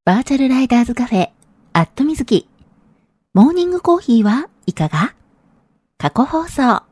バーチャルライダーズカフェ、アットみずき。モーニングコーヒーはいかが？過去放送。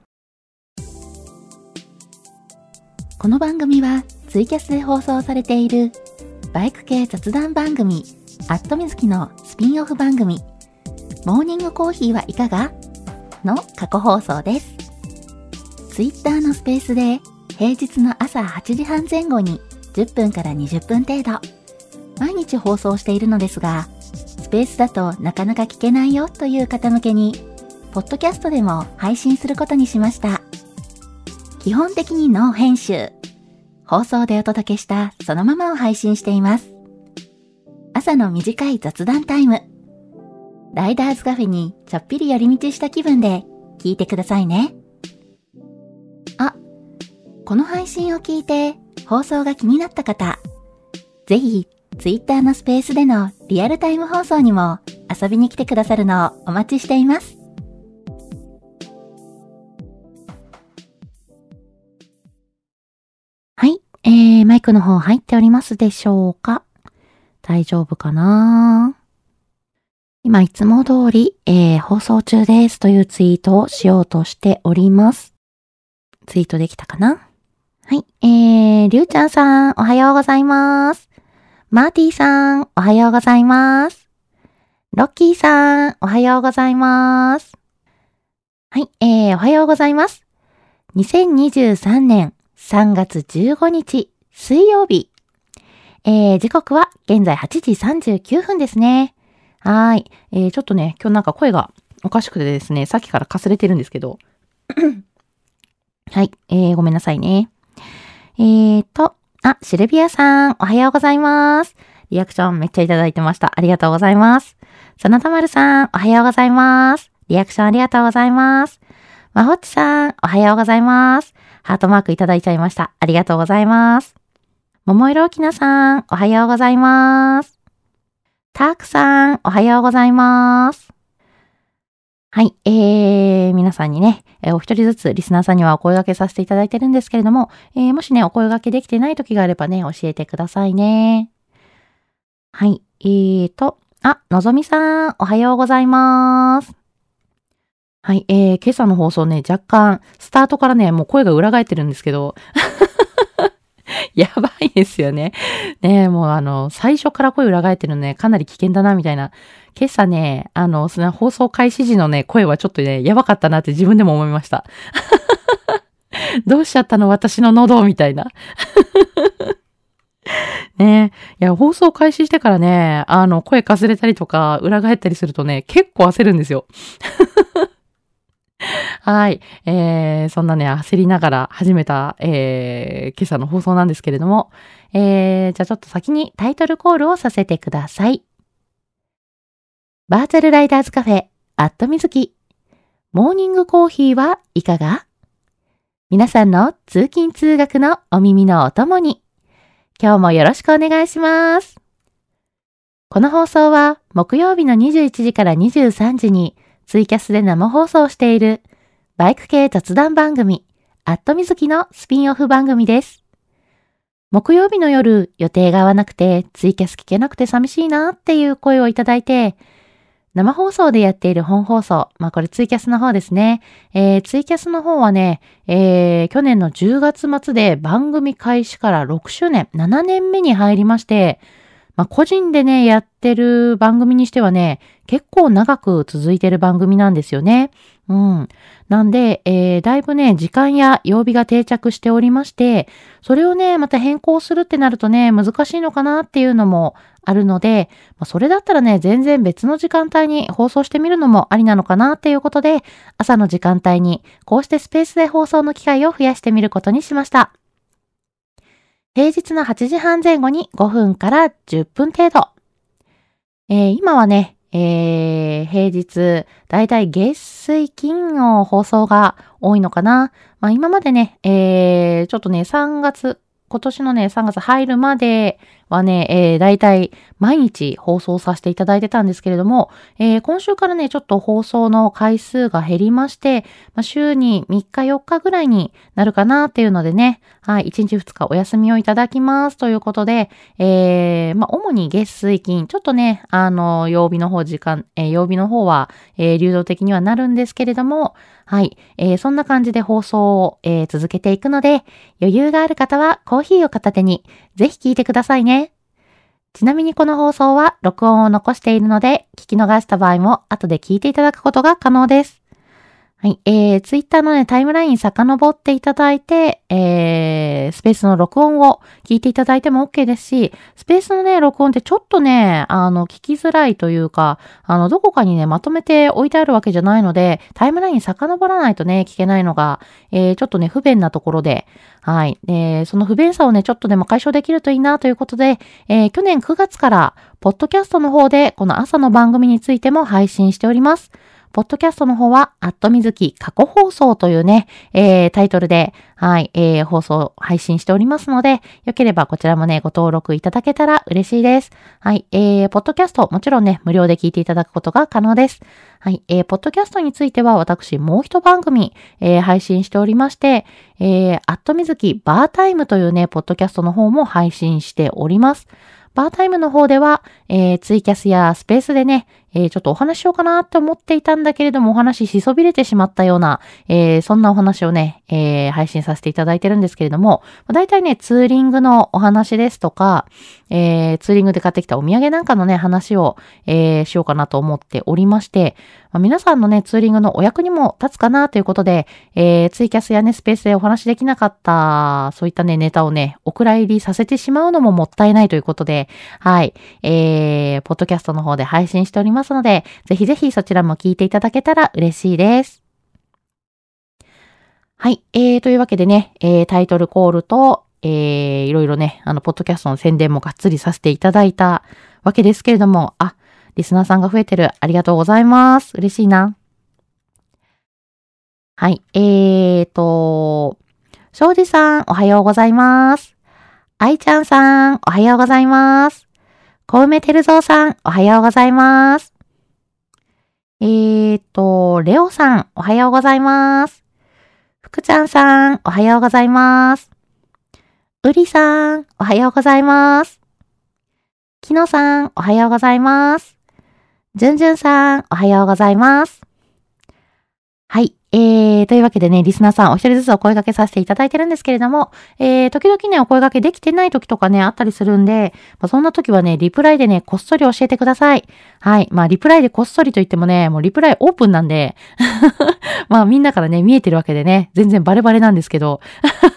この番組はツイキャスで放送されているバイク系雑談番組、アットみずきのスピンオフ番組、モーニングコーヒーはいかが？の過去放送です。ツイッターのスペースで平日の朝8時半前後に10分から20分程度、毎日放送しているのですが、スペースだとなかなか聞けないよという方向けに、ポッドキャストでも配信することにしました。基本的にノー編集。放送でお届けしたそのままを配信しています。朝の短い雑談タイム。ライダーズカフェにちょっぴり寄り道した気分で聞いてくださいね。あ、この配信を聞いて放送が気になった方、ぜひツイッターのスペースでのリアルタイム放送にも遊びに来てくださるのをお待ちしています。はい、マイクの方入っておりますでしょうか？大丈夫かな？今いつも通り、放送中ですというツイートをしようとしております。ツイートできたかな？はい、りゅうちゃんさんおはようございます。マーティさん、おはようございます。ロッキーさん、おはようございます。はい、おはようございます。2023年3月15日、水曜日。時刻は現在8時39分ですね。はい。ちょっとね、今日なんか声がおかしくてですね、さっきからかすれてるんですけど。はい、ごめんなさいね。シルビアさん、おはようございます。リアクションめっちゃいただいてました。ありがとうございます。そなたまるさん、おはようございます。リアクションありがとうございます。まほっちさん、おはようございます。ハートマークいただいちゃいました。ありがとうございます。ももいろおきなさん、おはようございます。たーくさん、おはようございます。はい、皆さんにね、お一人ずつリスナーさんにはお声掛けさせていただいてるんですけれども、もしね、お声掛けできてない時があればね、教えてくださいね。はい、のぞみさん、おはようございます。はい、今朝の放送ね、若干、スタートからね、もう声が裏返ってるんですけど、やばいですよね。ね、もう最初から声裏返ってるのね、かなり危険だな、みたいな。今朝ね、放送開始時のね、声はちょっとね、やばかったなって自分でも思いました。どうしちゃったの私の喉みたいな。ね、いや、放送開始してからね、声かすれたりとか、裏返ったりするとね、結構焦るんですよ。はい。そんなね、焦りながら始めた、今朝の放送なんですけれども、じゃあちょっと先にタイトルコールをさせてください。バーチャルライダーズカフェ、アットみずき。モーニングコーヒーはいかが？皆さんの通勤通学のお耳のお供に、今日もよろしくお願いします。この放送は木曜日の21時から23時にツイキャスで生放送しているバイク系雑談番組、アットみずきのスピンオフ番組です。木曜日の夜、予定が合わなくてツイキャス聞けなくて寂しいなっていう声をいただいて、生放送でやっている本放送、これツイキャスの方ですね。ツイキャスの方はね、去年の10月末で番組開始から6周年、7年目に入りまして、個人でね、やってる番組にしてはね、結構長く続いてる番組なんですよね。なんで、だいぶね、時間や曜日が定着しておりまして、それをね、また変更するってなるとね、難しいのかなっていうのもあるので、それだったらね、全然別の時間帯に放送してみるのもありなのかなっていうことで、朝の時間帯にこうしてスペースで放送の機会を増やしてみることにしました。平日の8時半前後に5分から10分程度。今はね、平日、だいたい月水金の放送が多いのかな。今までね、ちょっとね、今年のね、3月入るまではね、だいたい毎日放送させていただいてたんですけれども、今週からね、ちょっと放送の回数が減りまして、週に3日4日ぐらいになるかなっていうのでね、はい、1日2日お休みをいただきますということで、主に月水金、ちょっとね、曜日の方は、流動的にはなるんですけれども、はい、そんな感じで放送を、続けていくので、余裕がある方はコーヒーを片手に、ぜひ聞いてくださいね。ちなみにこの放送は録音を残しているので、聞き逃した場合も後で聞いていただくことが可能です。はい、ツイッターのね、タイムライン遡っていただいて、スペースの録音を聞いていただいても OK ですし、スペースのね、録音ってちょっとね、聞きづらいというか、どこかにね、まとめて置いてあるわけじゃないので、タイムライン遡らないとね、聞けないのが、ちょっとね、不便なところで、はい。その不便さをね、ちょっとでも解消できるといいなということで、去年9月から、ポッドキャストの方で、この朝の番組についても配信しております。ポッドキャストの方は、みずき過去放送というね、タイトルで、はい、配信しておりますので、よければこちらもね、ご登録いただけたら嬉しいです。はい、ポッドキャスト、もちろんね、無料で聞いていただくことが可能です。はい、ポッドキャストについては、私、もう一番組、配信しておりまして、みずきバータイムというね、ポッドキャストの方も配信しております。バータイムの方では、ツイキャスやスペースでね、ちょっとお話しようかなって思っていたんだけれども、お話しそびれてしまったような、そんなお話をね、配信させていただいてるんですけれども、だいたいね、ツーリングのお話ですとか、ツーリングで買ってきたお土産なんかのね、話を、しようかなと思っておりまして、皆さんのね、ツーリングのお役にも立つかなということで、ツイキャスやね、スペースでお話できなかった、そういったね、ネタをね、お蔵入りさせてしまうのももったいないということで、はい、ポッドキャストの方で配信しておりますので、ぜひぜひそちらも聞いていただけたら嬉しいです。はい、というわけでね、タイトルコールと、いろいろね、ポッドキャストの宣伝もがっつりさせていただいたわけですけれども、リスナーさんが増えてる。ありがとうございます。嬉しいな。はい。庄司さん、おはようございます。愛ちゃんさん、おはようございます。小梅照蔵さん、おはようございます。レオさん、おはようございます。福ちゃんさん、おはようございます。うりさん、おはようございます。きのさん、おはようございます。じゅんじゅんさん、おはようございます。はい。というわけでね、リスナーさんお一人ずつお声掛けさせていただいてるんですけれども、時々ね、お声掛けできてない時とかね、あったりするんで、そんな時はね、リプライでね、こっそり教えてください。はい。リプライでこっそりと言ってもね、もうリプライオープンなんで、みんなからね、見えてるわけでね、全然バレバレなんですけど、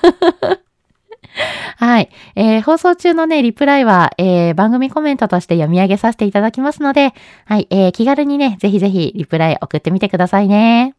はい。放送中のね、リプライは、番組コメントとして読み上げさせていただきますので、はい。気軽にね、ぜひぜひリプライ送ってみてくださいね。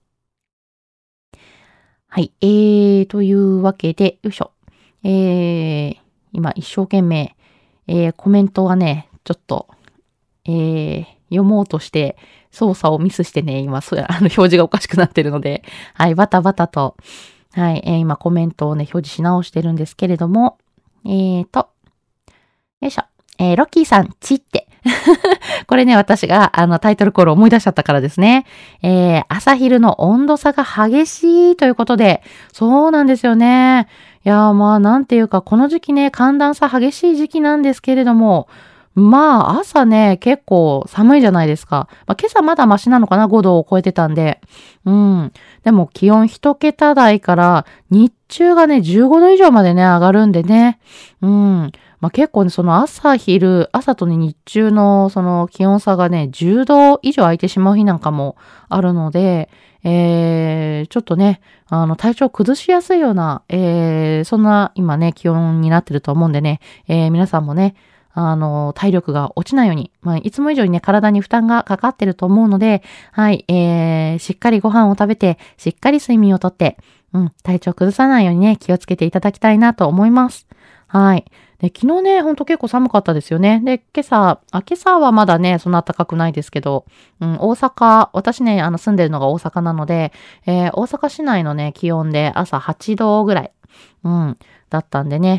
はい。というわけで、よいしょ。今一生懸命、コメントはね、ちょっと、読もうとして、操作をミスしてね、今、表示がおかしくなってるので、はい、バタバタと、はい、今コメントをね、表示し直してるんですけれども、よいしょ。ロッキーさん、ちって。これね、私がタイトルコールを思い出しちゃったからですね。朝昼の温度差が激しいということで、そうなんですよね。いやなんていうか、この時期ね、寒暖差激しい時期なんですけれども、朝ね、結構寒いじゃないですか。今朝まだマシなのかな？ 5 度を超えてたんで。でも気温1桁台から、日中がね、15度以上までね、上がるんでね。結構ね、その朝とね、日中のその気温差がね、10度以上空いてしまう日なんかもあるので、ちょっとね、体調崩しやすいような、そんな今ね、気温になってると思うんでね、皆さんもね、体力が落ちないように、いつも以上にね、体に負担がかかってると思うので、はい、しっかりご飯を食べて、しっかり睡眠をとって、体調崩さないようにね、気をつけていただきたいなと思います。はい。で、昨日ね、ほんと結構寒かったですよね。で、今朝はまだね、そんな暖かくないですけど、大阪、私ね、住んでるのが大阪なので、大阪市内のね、気温で朝8度ぐらい、だったんでね。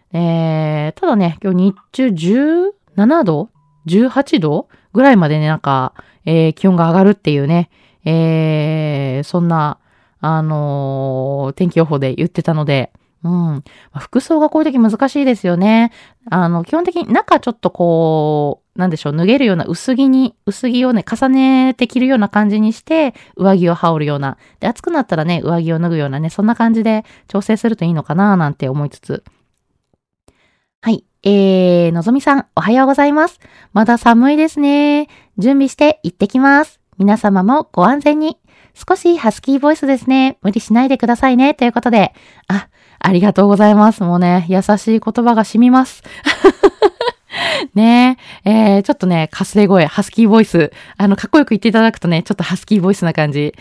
ただね、今日日中17度 ?18 度ぐらいまでね、なんか、気温が上がるっていうね、そんな、天気予報で言ってたので、服装がこういう時難しいですよね。基本的に中ちょっとこう、なんでしょう、脱げるような薄着をね、重ねて着るような感じにして、上着を羽織るような。で、暑くなったらね、上着を脱ぐようなね、そんな感じで調整するといいのかな、なんて思いつつ。はい。のぞみさん、おはようございます。まだ寒いですね。準備して行ってきます。皆様もご安全に。少しハスキーボイスですね。無理しないでくださいね。ということで。ありがとうございます。もうね、優しい言葉が染みます。ねちょっとね、かすれ声、ハスキーボイス。かっこよく言っていただくとね、ちょっとハスキーボイスな感じ。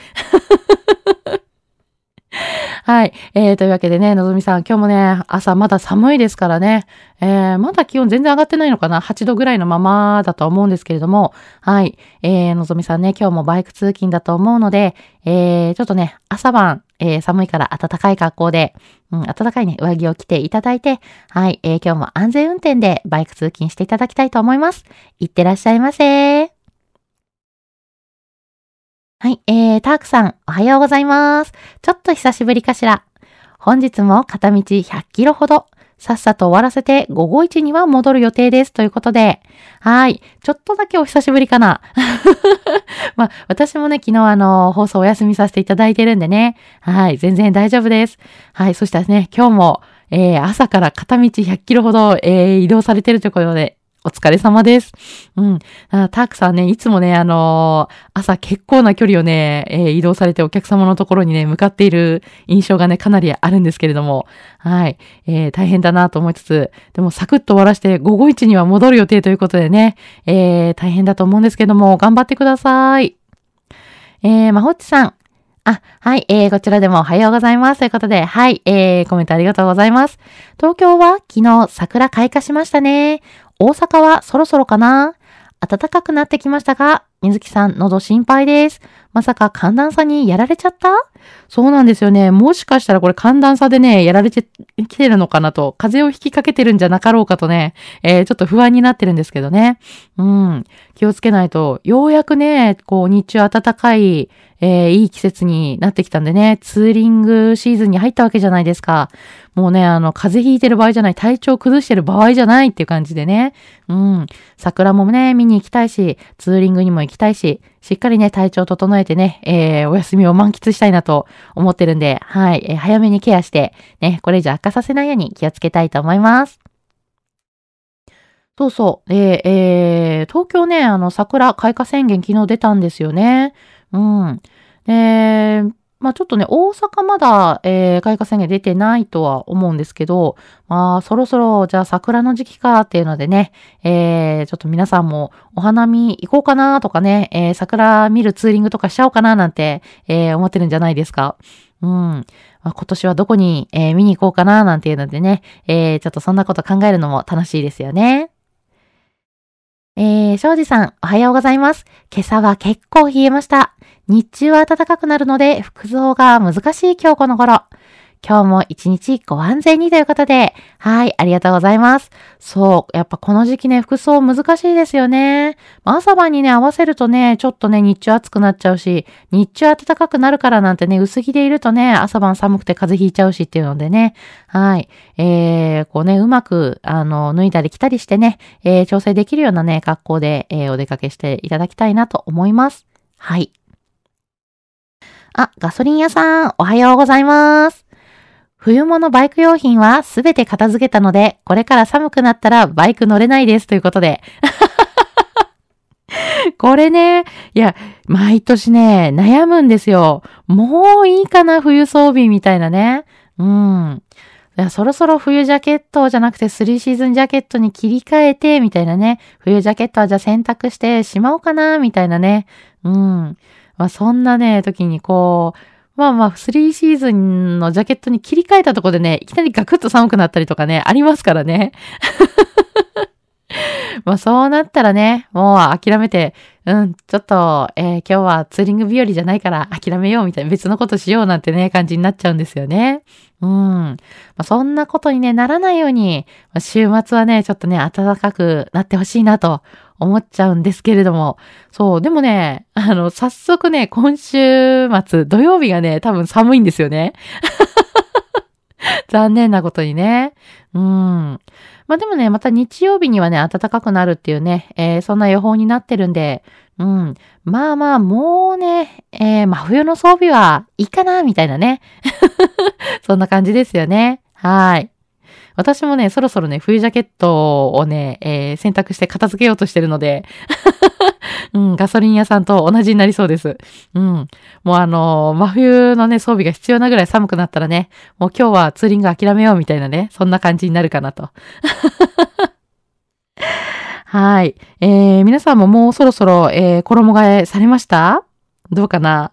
はい。というわけでね、のぞみさん、今日もね、朝まだ寒いですからね、まだ気温全然上がってないのかな ?8 度ぐらいのままだと思うんですけれども、はい。のぞみさんね、今日もバイク通勤だと思うので、ちょっとね、朝晩、寒いから暖かい格好で、暖かいね、上着を着ていただいて、はい。今日も安全運転でバイク通勤していただきたいと思います。いってらっしゃいませ。はい、タークさん、おはようございます。ちょっと久しぶりかしら。本日も片道100キロほど、さっさと終わらせて午後1には戻る予定です。ということで、はい、ちょっとだけお久しぶりかな。まあ、私もね、昨日放送お休みさせていただいてるんでね。はい、全然大丈夫です。はい、そしたらね、今日も、朝から片道100キロほど、移動されてるということで、お疲れ様です。タークさんね、いつもね、朝結構な距離をね、移動されてお客様のところにね、向かっている印象がね、かなりあるんですけれども、はい。大変だなと思いつつ、でもサクッと終わらして午後1には戻る予定ということでね、大変だと思うんですけども、頑張ってください。まほっちさん。はい、こちらでもおはようございます。ということで、はい、コメントありがとうございます。東京は昨日桜開花しましたね。大阪はそろそろかな？暖かくなってきましたが、水木さん、喉心配です。まさか寒暖差にやられちゃった？そうなんですよね。もしかしたらこれ寒暖差でね、やられてきてるのかなと、風邪をひきかけてるんじゃなかろうかとね、ちょっと不安になってるんですけどね。気をつけないと、ようやくね、こう日中暖かい、いい季節になってきたんでね、ツーリングシーズンに入ったわけじゃないですか。もうね、風邪ひいてる場合じゃない、体調崩してる場合じゃないっていう感じでね。桜もね、見に行きたいし、ツーリングにも行きたいし、しっかりね、体調整えてね、お休みを満喫したいなと思ってるんで、はい、早めにケアして、ね、これ以上悪化させないように気をつけたいと思います。そうそう。東京ね、桜開花宣言昨日出たんですよね。まあちょっとね、大阪まだ、開花宣言出てないとは思うんですけど、まあそろそろじゃあ桜の時期かっていうのでね、ちょっと皆さんもお花見行こうかなとかね、桜見るツーリングとかしちゃおうかななんて、思ってるんじゃないですか。まあ、今年はどこに、見に行こうかななんていうのでね、ちょっとそんなこと考えるのも楽しいですよね。庄司さん、おはようございます。今朝は結構冷えました。日中は暖かくなるので、服装が難しい今日この頃。今日も一日ご安全にということで、はい、ありがとうございます。そう、やっぱこの時期ね、服装難しいですよね。朝晩にね、合わせるとね、ちょっとね、日中暑くなっちゃうし、日中暖かくなるからなんてね、薄着でいるとね、朝晩寒くて風邪ひいちゃうしっていうのでね、はい、こうね、うまく、脱いだり着たりしてね、調整できるようなね、格好で、お出かけしていただきたいなと思います。はい。ガソリン屋さん、おはようございます。冬物バイク用品はすべて片付けたので、これから寒くなったらバイク乗れないですということで。これね、いや、毎年ね、悩むんですよ。もういいかな、冬装備みたいなね。いや、そろそろ冬ジャケットじゃなくて3シーズンジャケットに切り替えて、みたいなね。冬ジャケットはじゃあ洗濯してしまおうかな、みたいなね。まあそんなね、時にこう、3シーズンのジャケットに切り替えたところでね、いきなりガクッと寒くなったりとかね、ありますからね。 まあそうなったらね、もう諦めて、ちょっと、今日はツーリング日和じゃないから諦めようみたいな、別のことしようなんてね、感じになっちゃうんですよね。まあ、そんなことにね、ならないように、まあ、週末はね、ちょっとね、暖かくなってほしいなと思っちゃうんですけれども、そう、でもね、早速ね、今週末、土曜日がね、多分寒いんですよね。残念なことにね。まあでもね、また日曜日にはね、暖かくなるっていうね、そんな予報になってるんで、まあまあ、もうね、真冬の装備はいいかな、みたいなね。そんな感じですよね。はい。私もね、そろそろね、冬ジャケットをね、洗濯して片付けようとしてるので、ガソリン屋さんと同じになりそうです。もう真冬のね、装備が必要なぐらい寒くなったらね、もう今日はツーリング諦めようみたいなね、そんな感じになるかなと。はい。皆さんももうそろそろ、衣替えされました？どうかな？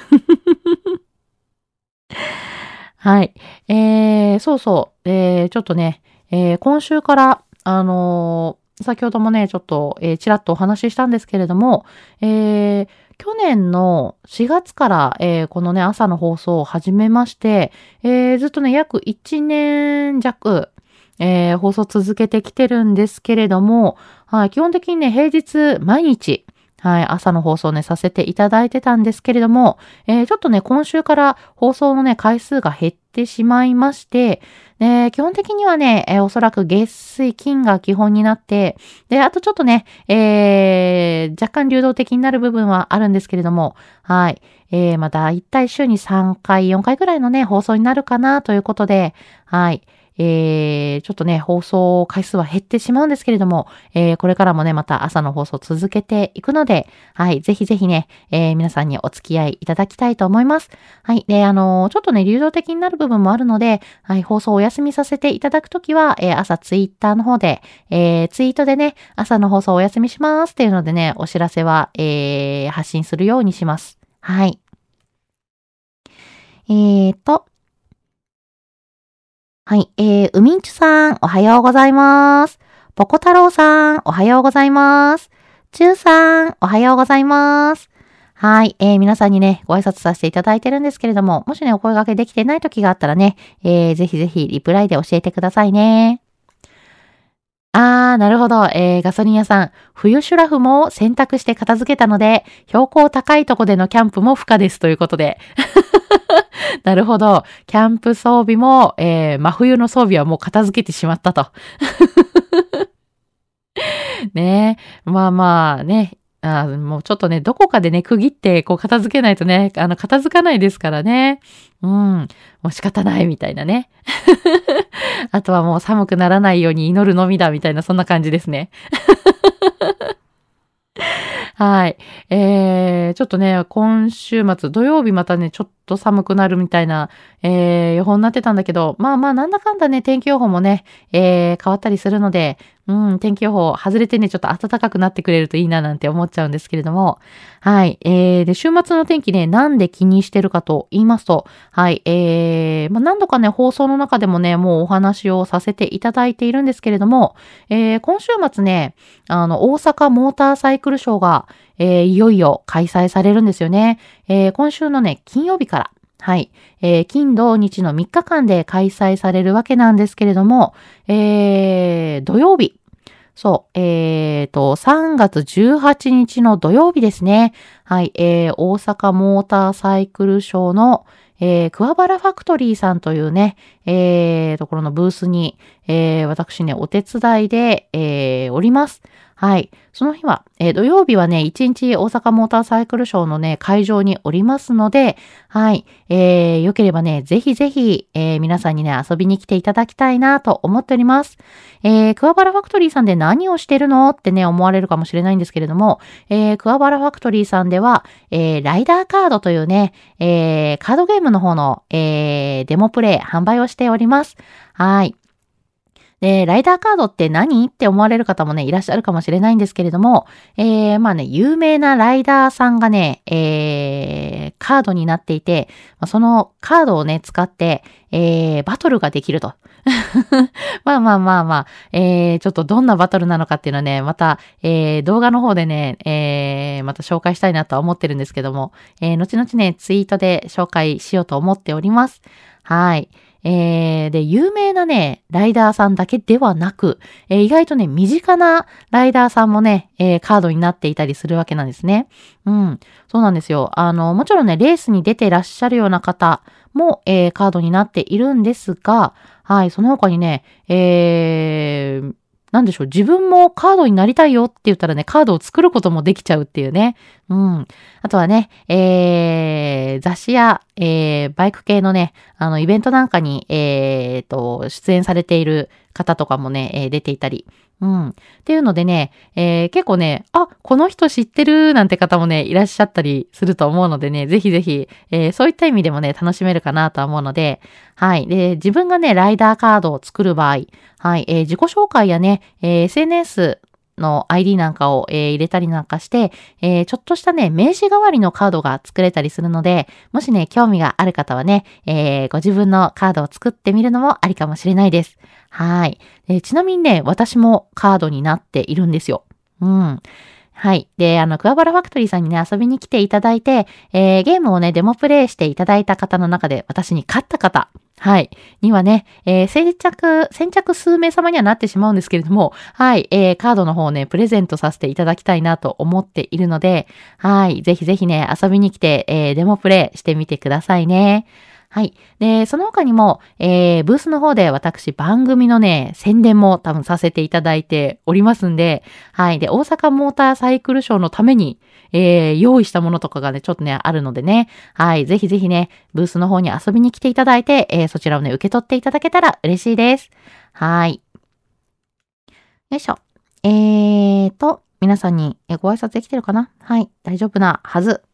はい。そうそう。ちょっとね、今週から、先ほどもね、ちょっと、ちらっとお話ししたんですけれども、去年の4月から、このね、朝の放送を始めまして、ずっとね、約1年弱、放送続けてきてるんですけれども、はい、基本的にね、平日毎日、はい、朝の放送ね、させていただいてたんですけれども、ちょっとね、今週から放送のね、回数が減ってしまいまして、基本的にはね、おそらく月水金が基本になって、で、あとちょっとね、若干流動的になる部分はあるんですけれども、はい。まあ、だいたい週に3回、4回ぐらいのね、放送になるかなということで、はい。ちょっとね、放送回数は減ってしまうんですけれども、これからもね、また朝の放送続けていくので、はい、ぜひぜひね、皆さんにお付き合いいただきたいと思います。はい、で、ちょっとね、流動的になる部分もあるので、はい、放送をお休みさせていただくときは、朝ツイッターの方で、ツイートでね、朝の放送をお休みしますっていうのでね、お知らせは、発信するようにします。はい。はい。うみんちゅさん、おはようございます。ぽこ太郎さん、おはようございます。ちゅうさん、おはようございます。はい。皆さんにね、ご挨拶させていただいてるんですけれども、もしね、お声掛けできてない時があったらね、ぜひぜひリプライで教えてくださいね。なるほど。ガソリン屋さん、冬シュラフも洗濯して片付けたので、標高高いとこでのキャンプも不可ですということで。なるほど。キャンプ装備も、真冬の装備はもう片付けてしまったと。ねえ。まあまあね。もうちょっとね、どこかでね、区切って、こう、片付けないとね、片付かないですからね。もう仕方ないみたいなね。あとはもう寒くならないように祈るのみだみたいな、そんな感じですね。はい。ちょっとね、今週末、土曜日またね、ちょっと寒くなるみたいな、予報になってたんだけど、まあまあ、なんだかんだね、天気予報もね、変わったりするので、天気予報外れてね、ちょっと暖かくなってくれるといいななんて思っちゃうんですけれども、はい。で、週末の天気ね、なんで気にしてるかと言いますと、はい。まあ、何度かね、放送の中でもね、もうお話をさせていただいているんですけれども、今週末ね、大阪モーターサイクルショーが、いよいよ開催されるんですよね。今週のね、金曜日から、はい、金土日の3日間で開催されるわけなんですけれども、土曜日、そう、3月18日の土曜日ですね。はい、大阪モーターサイクルショーの、桑原ファクトリーさんというね、ところのブースに、私ね、お手伝いで、おります。はい。その日は、土曜日はね、1日大阪モーターサイクルショーのね、会場におりますので、はい。よければね、ぜひぜひ、皆さんにね、遊びに来ていただきたいなと思っております。桑原ファクトリーさんで何をしてるのってね、思われるかもしれないんですけれども、桑原ファクトリーさんでは、ライダーカードというね、カードゲームの方の、デモプレイ販売をしております。はい。 で、ライダーカードって何って思われる方もね、いらっしゃるかもしれないんですけれども、まあね、有名なライダーさんがね、カードになっていて、そのカードをね、使って、バトルができると。まあまあまあまあ、ちょっとどんなバトルなのかっていうのはね、また、動画の方でね、また紹介したいなとは思ってるんですけども、後々ね、ツイートで紹介しようと思っております。はい。で、有名なね、ライダーさんだけではなく、意外とね、身近なライダーさんもね、カードになっていたりするわけなんですね。うん。そうなんですよ。もちろんね、レースに出てらっしゃるような方も、カードになっているんですが、はい、その他にね、なんでしょう、自分もカードになりたいよって言ったらね、カードを作ることもできちゃうっていうね。うん。あとはね、雑誌や、バイク系のね、イベントなんかに、出演されている方とかもね、出ていたり。うん。っていうのでね、結構ね、あ、この人知ってるなんて方もね、いらっしゃったりすると思うのでね、ぜひぜひ、そういった意味でもね、楽しめるかなとは思うので、はい。で、自分がね、ライダーカードを作る場合、はい、自己紹介やね、SNS の ID なんかを、入れたりなんかして、ちょっとしたね、名刺代わりのカードが作れたりするので、もしね、興味がある方はね、ご自分のカードを作ってみるのもありかもしれないです。はい。ちなみにね、私もカードになっているんですよ。うん。はい。で、クワバラファクトリーさんにね、遊びに来ていただいて、ゲームをね、デモプレイしていただいた方の中で、私に勝った方、はい。にはね、先着数名様にはなってしまうんですけれども、はい。カードの方をね、プレゼントさせていただきたいなと思っているので、はい。ぜひぜひね、遊びに来て、デモプレイしてみてくださいね。はい。で、その他にも、ブースの方で私番組のね、宣伝も多分させていただいておりますんで、はい。で、大阪モーターサイクルショーのために、用意したものとかがね、ちょっとね、あるのでね、はい。ぜひぜひね、ブースの方に遊びに来ていただいて、そちらをね、受け取っていただけたら嬉しいです。はい。よいしょ。皆さんにご挨拶できてるかな？はい。大丈夫なはず。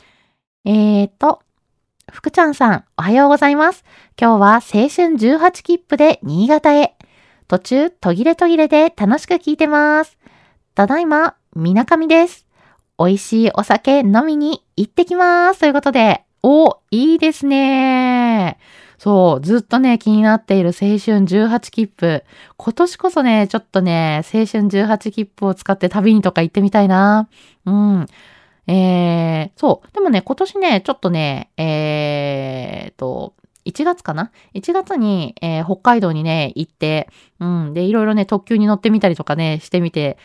福ちゃんさん、おはようございます。今日は青春18切符で新潟へ。途中、途切れ途切れで楽しく聞いてます。ただいま、みなかみです。美味しいお酒飲みに行ってきます。ということで、いいですね。そう、ずっとね、気になっている青春18切符。今年こそね、ちょっとね、青春18切符を使って旅にとか行ってみたいな。うん。そう。でもね、今年ね、ちょっとね、1月かな？ 1 月に、北海道にね、行って、うん。で、いろいろね、特急に乗ってみたりとかね、してみて、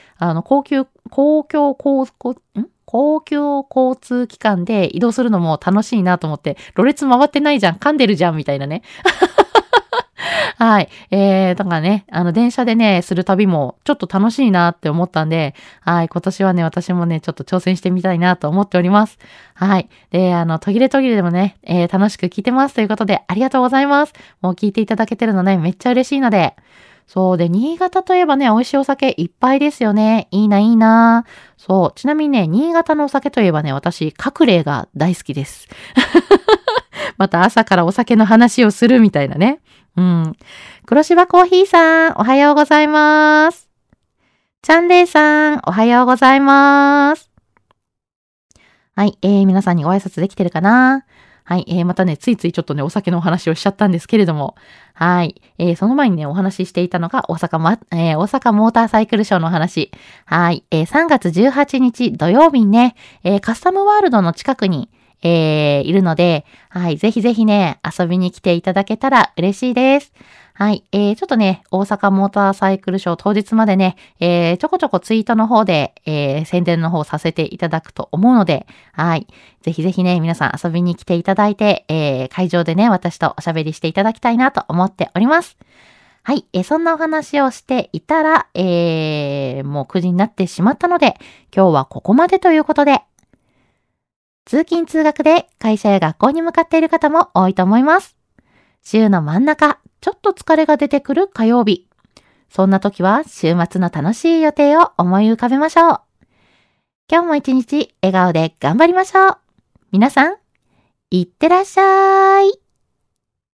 公共交通機関で移動するのも楽しいなと思って、ろれつ回ってないじゃん、噛んでるじゃん、みたいなね。はい。だからね、電車でね、する旅もちょっと楽しいなって思ったんで、はい。今年はね、私もね、ちょっと挑戦してみたいなと思っております。はい。で、途切れ途切れでもね、楽しく聞いてますということで、ありがとうございます。もう聞いていただけてるのね、めっちゃ嬉しいので。そうで、新潟といえばね、美味しいお酒いっぱいですよね。いいな、いいな。そう。ちなみにね、新潟のお酒といえばね、私、角霊が大好きです。また朝からお酒の話をするみたいなね。うん。黒芝コーヒーさん、おはようございます。チャンレイさん、おはようございます。はい、皆さんにご挨拶できてるかな？はい、またね、ついついちょっとね、お酒のお話をしちゃったんですけれども、はい、その前にね、お話ししていたのが大阪モーターサイクルショーの話。はい、3月18日土曜日にね、カスタムワールドの近くに、いるので、はい、ぜひぜひね、遊びに来ていただけたら嬉しいです。はい、ちょっとね、大阪モーターサイクルショー当日までね、ちょこちょこツイートの方で、宣伝の方させていただくと思うので、はい、ぜひぜひね、皆さん遊びに来ていただいて、会場でね、私とおしゃべりしていただきたいなと思っております。はい、そんなお話をしていたら、もう9時になってしまったので、今日はここまでということで、通勤通学で会社や学校に向かっている方も多いと思います。週の真ん中、ちょっと疲れが出てくる火曜日。そんな時は週末の楽しい予定を思い浮かべましょう。今日も一日笑顔で頑張りましょう。皆さん、いってらっしゃい。